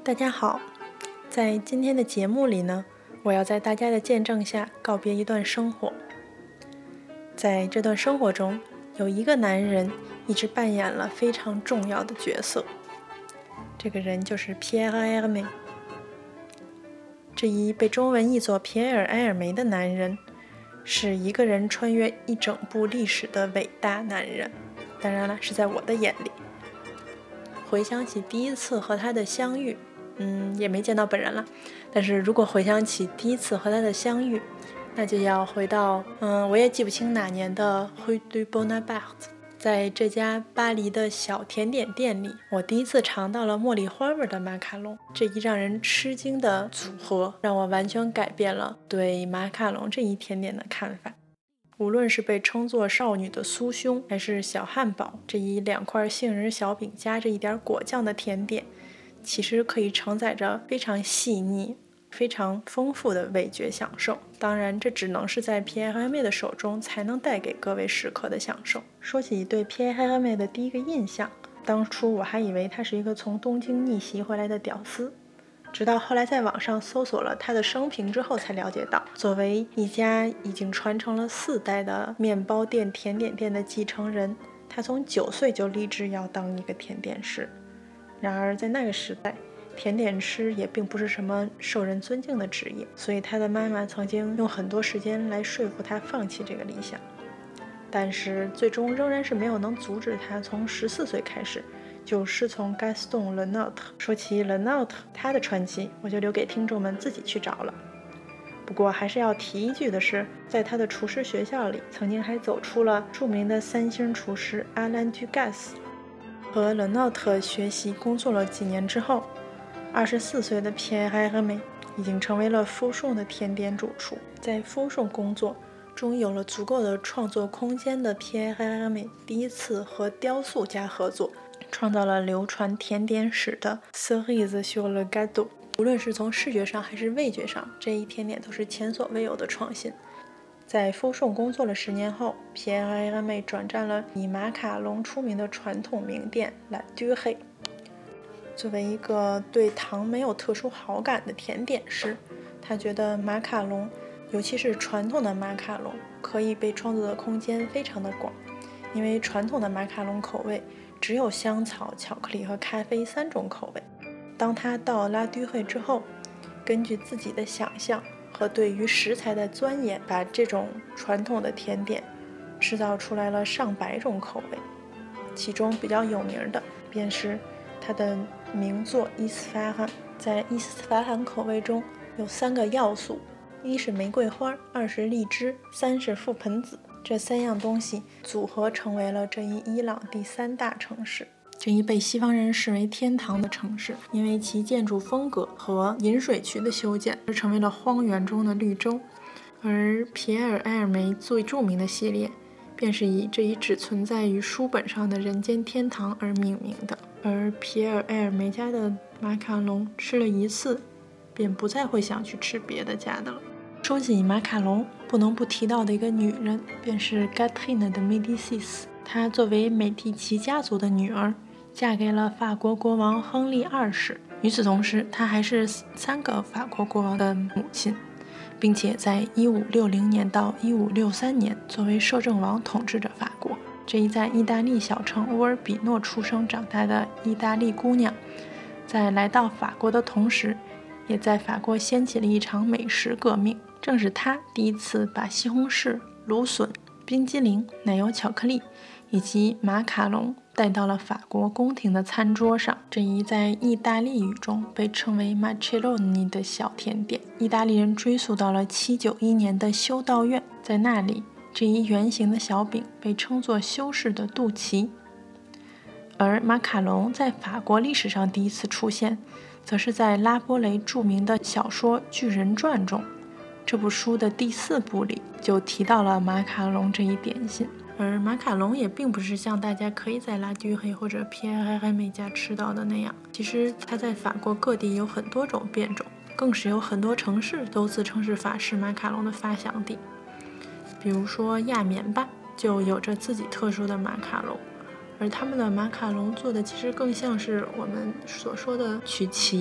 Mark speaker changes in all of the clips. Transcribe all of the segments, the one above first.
Speaker 1: 大家好，在今天的节目里呢，我要在大家的见证下告别一段生活。在这段生活中，有一个男人一直扮演了非常重要的角色，这个人就是皮埃尔·埃尔梅。这一被中文译作皮埃尔·埃尔梅的男人，是一个人穿越一整部历史的伟大男人。当然了，是在我的眼里。回想起第一次和他的相遇，也没见到本人了。但是如果回想起第一次和他的相遇，那就要回到我也记不清哪年的 Rue du Bonaparte。在这家巴黎的小甜点店里，我第一次尝到了茉莉花味的马卡龙。这一让人吃惊的组合，让我完全改变了对马卡龙这一甜点的看法。无论是被称作少女的酥胸，还是小汉堡这一2块杏仁小饼夹着一点果酱的甜点，其实可以承载着非常细腻、非常丰富的味觉享受。当然，这只能是在皮埃尔·埃尔梅的手中才能带给各位食客的享受。说起对皮埃尔·埃尔梅的第一个印象，当初我还以为他是一个从东京逆袭回来的屌丝，直到后来在网上搜索了他的生平之后，才了解到，作为一家已经传承了4代的面包店、甜点店的继承人，他从9岁就立志要当一个甜点师。然而在那个时代，甜点师也并不是什么受人尊敬的职业，所以他的妈妈曾经用很多时间来说服他放弃这个理想，但是最终仍然是没有能阻止他从14岁开始就师从 Gaston Lenôtre。 说起 Lenôtre 他的传奇，我就留给听众们自己去找了。不过还是要提一句的是，在他的厨师学校里，曾经还走出了著名的3星厨师 Alain Ducasse。 和 Lenôtre 学习工作了几年之后，24岁的皮埃尔·埃尔梅已经成为了福颂的甜点主厨。在福颂工作终于有了足够的创作空间的皮埃尔·埃尔梅，第一次和雕塑家合作，创造了流传甜点史的 Cerise sur le gâteau。 无论是从视觉上还是味觉上，这一甜点都是前所未有的创新。在福颂工作了10年后，皮埃尔·埃尔梅转战了以马卡龙出名的传统名店 La Durée。 作为一个对糖没有特殊好感的甜点师，他觉得马卡龙，尤其是传统的马卡龙，可以被创作的空间非常的广。因为传统的马卡龙口味只有香草、巧克力和咖啡3种口味。当他到拉都会之后，根据自己的想象和对于食材的钻研，把这种传统的甜点制造出来了上百种口味。其中比较有名的便是他的名作伊斯法罕。在伊斯法罕口味中有3个要素，一是玫瑰花，2是荔枝，3是覆盆子。这3样东西组合成为了这一伊朗第3大城市，这一被西方人视为天堂的城市，因为其建筑风格和饮水渠的修建而成为了荒原中的绿洲。而皮埃尔·埃尔梅最著名的系列便是以这一只存在于书本上的人间天堂而命名的。而皮埃尔·埃尔梅家的马卡龙吃了一次便不再会想去吃别的家的了。说起马卡龙，不能不提到的一个女人便是 Catherine de Médicis。 她作为美第奇家族的女儿，嫁给了法国国王亨利2世。与此同时，她还是3个法国国王的母亲，并且在1560年到1563年作为摄政王统治着法国。这一在意大利小城乌尔比诺出生长大的意大利姑娘，在来到法国的同时，也在法国掀起了一场美食革命。正是她第一次把西红柿、芦笋、冰激凌、奶油巧克力以及马卡龙带到了法国宫廷的餐桌上。这一在意大利语中被称为马切罗尼的小甜点，意大利人追溯到了791年的修道院，在那里这一圆形的小饼被称作修士的肚脐。而马卡龙在法国历史上第一次出现，则是在拉波雷著名的小说《巨人传》中。这部书的第4部里就提到了马卡龙这一点心。而马卡龙也并不是像大家可以在拉都黑或者皮埃尔·埃尔梅家吃到的那样，其实它在法国各地有很多种变种，更是有很多城市都自称是法式马卡龙的发祥地。比如说亚眠吧就有着自己特殊的马卡龙，而他们的马卡龙做的其实更像是我们所说的曲奇。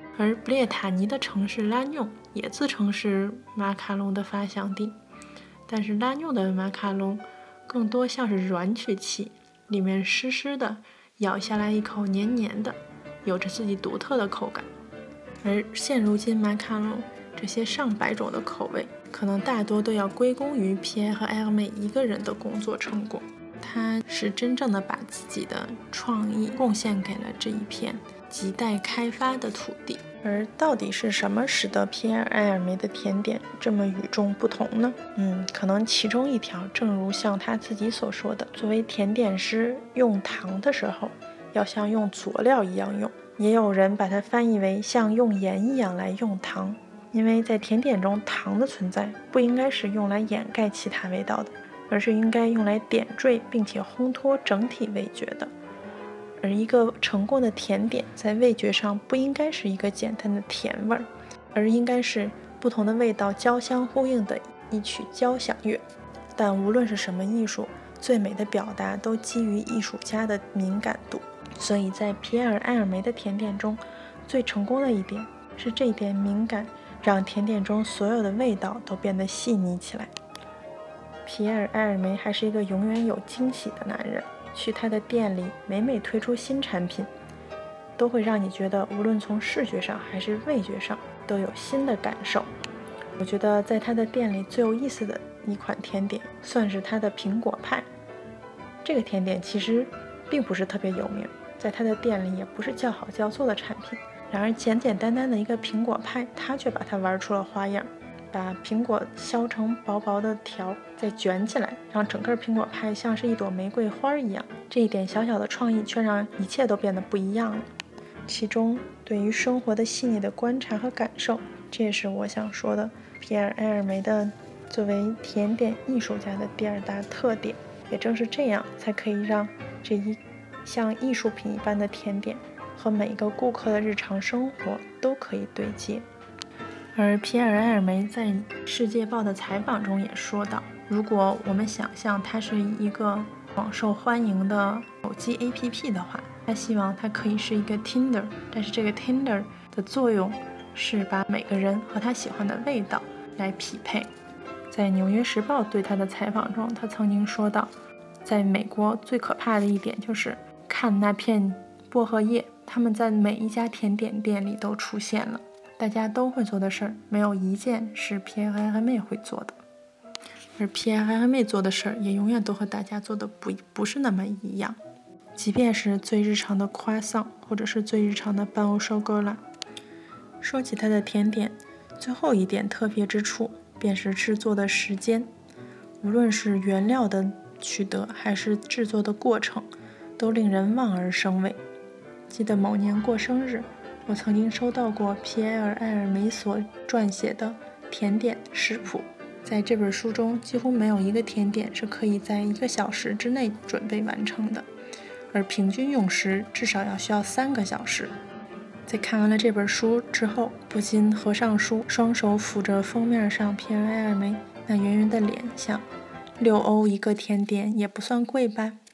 Speaker 1: 而布列塔尼的城市拉纽也自称是马卡龙的发祥地，但是拉纽的马卡龙更多像是软曲奇，里面湿湿的，咬下来一口黏黏的，有着自己独特的口感。而现如今马卡龙这些上百种的口味，可能大多都要归功于皮埃尔·埃尔梅一个人的工作成果。他是真正的把自己的创意贡献给了这一片亟待开发的土地。而到底是什么使得皮埃尔·埃尔梅的甜点这么与众不同呢？可能其中一条，正如像他自己所说的，作为甜点师，用糖的时候要像用佐料一样用。也有人把它翻译为像用盐一样来用糖，因为在甜点中，糖的存在不应该是用来掩盖其他味道的，而是应该用来点缀并且烘托整体味觉的。而一个成功的甜点在味觉上不应该是一个简单的甜味儿，而应该是不同的味道交相呼应的一曲交响乐。但无论是什么艺术，最美的表达都基于艺术家的敏感度。所以在皮埃尔·埃尔梅的甜点中，最成功的一点是这一点敏感让甜点中所有的味道都变得细腻起来。皮埃尔·埃尔梅还是一个永远有惊喜的男人，去他的店里每推出新产品，都会让你觉得无论从视觉上还是味觉上都有新的感受。我觉得在他的店里最有意思的一款甜点算是他的苹果派。这个甜点其实并不是特别有名，在他的店里也不是叫好叫座的产品，然而简简单单的一个苹果派，他却把它玩出了花样，把苹果削成薄薄的条，再卷起来，让整个苹果派像是一朵玫瑰花一样。这一点小小的创意却让一切都变得不一样了。其中对于生活的细腻的观察和感受，这也是我想说的皮埃尔·埃尔梅的作为甜点艺术家的第二大特点。也正是这样，才可以让这一像艺术品一般的甜点和每一个顾客的日常生活都可以对接。而皮埃尔·埃尔梅在《世界报》的采访中也说到，如果我们想象它是一个广受欢迎的手机 APP 的话，他希望它可以是一个 Tinder， 但是这个 Tinder 的作用是把每个人和他喜欢的味道来匹配。在《纽约时报》对他的采访中，他曾经说到，在美国最可怕的一点就是看那片薄荷叶，他们在每一家甜点店里都出现了，大家都会做的事儿，没有一件是皮埃尔·埃尔梅会做的。而皮埃尔·埃尔梅做的事儿也永远都和大家做的不是那么一样，即便是最日常的croissant或者是最日常的pain au chocolat。说起他的甜点，最后一点特别之处便是制作的时间，无论是原料的取得还是制作的过程，都令人望而生畏。记得某年过生日，我曾经收到过皮埃尔·埃尔梅所撰写的甜点食谱，在这本书中几乎没有一个甜点是可以在1个小时之内准备完成的，而平均用时至少需要3个小时。在看完了这本书之后，不禁合上书，双手抚着封面上皮埃尔·埃尔梅那圆圆的脸，想6欧一个甜点也不算贵吧。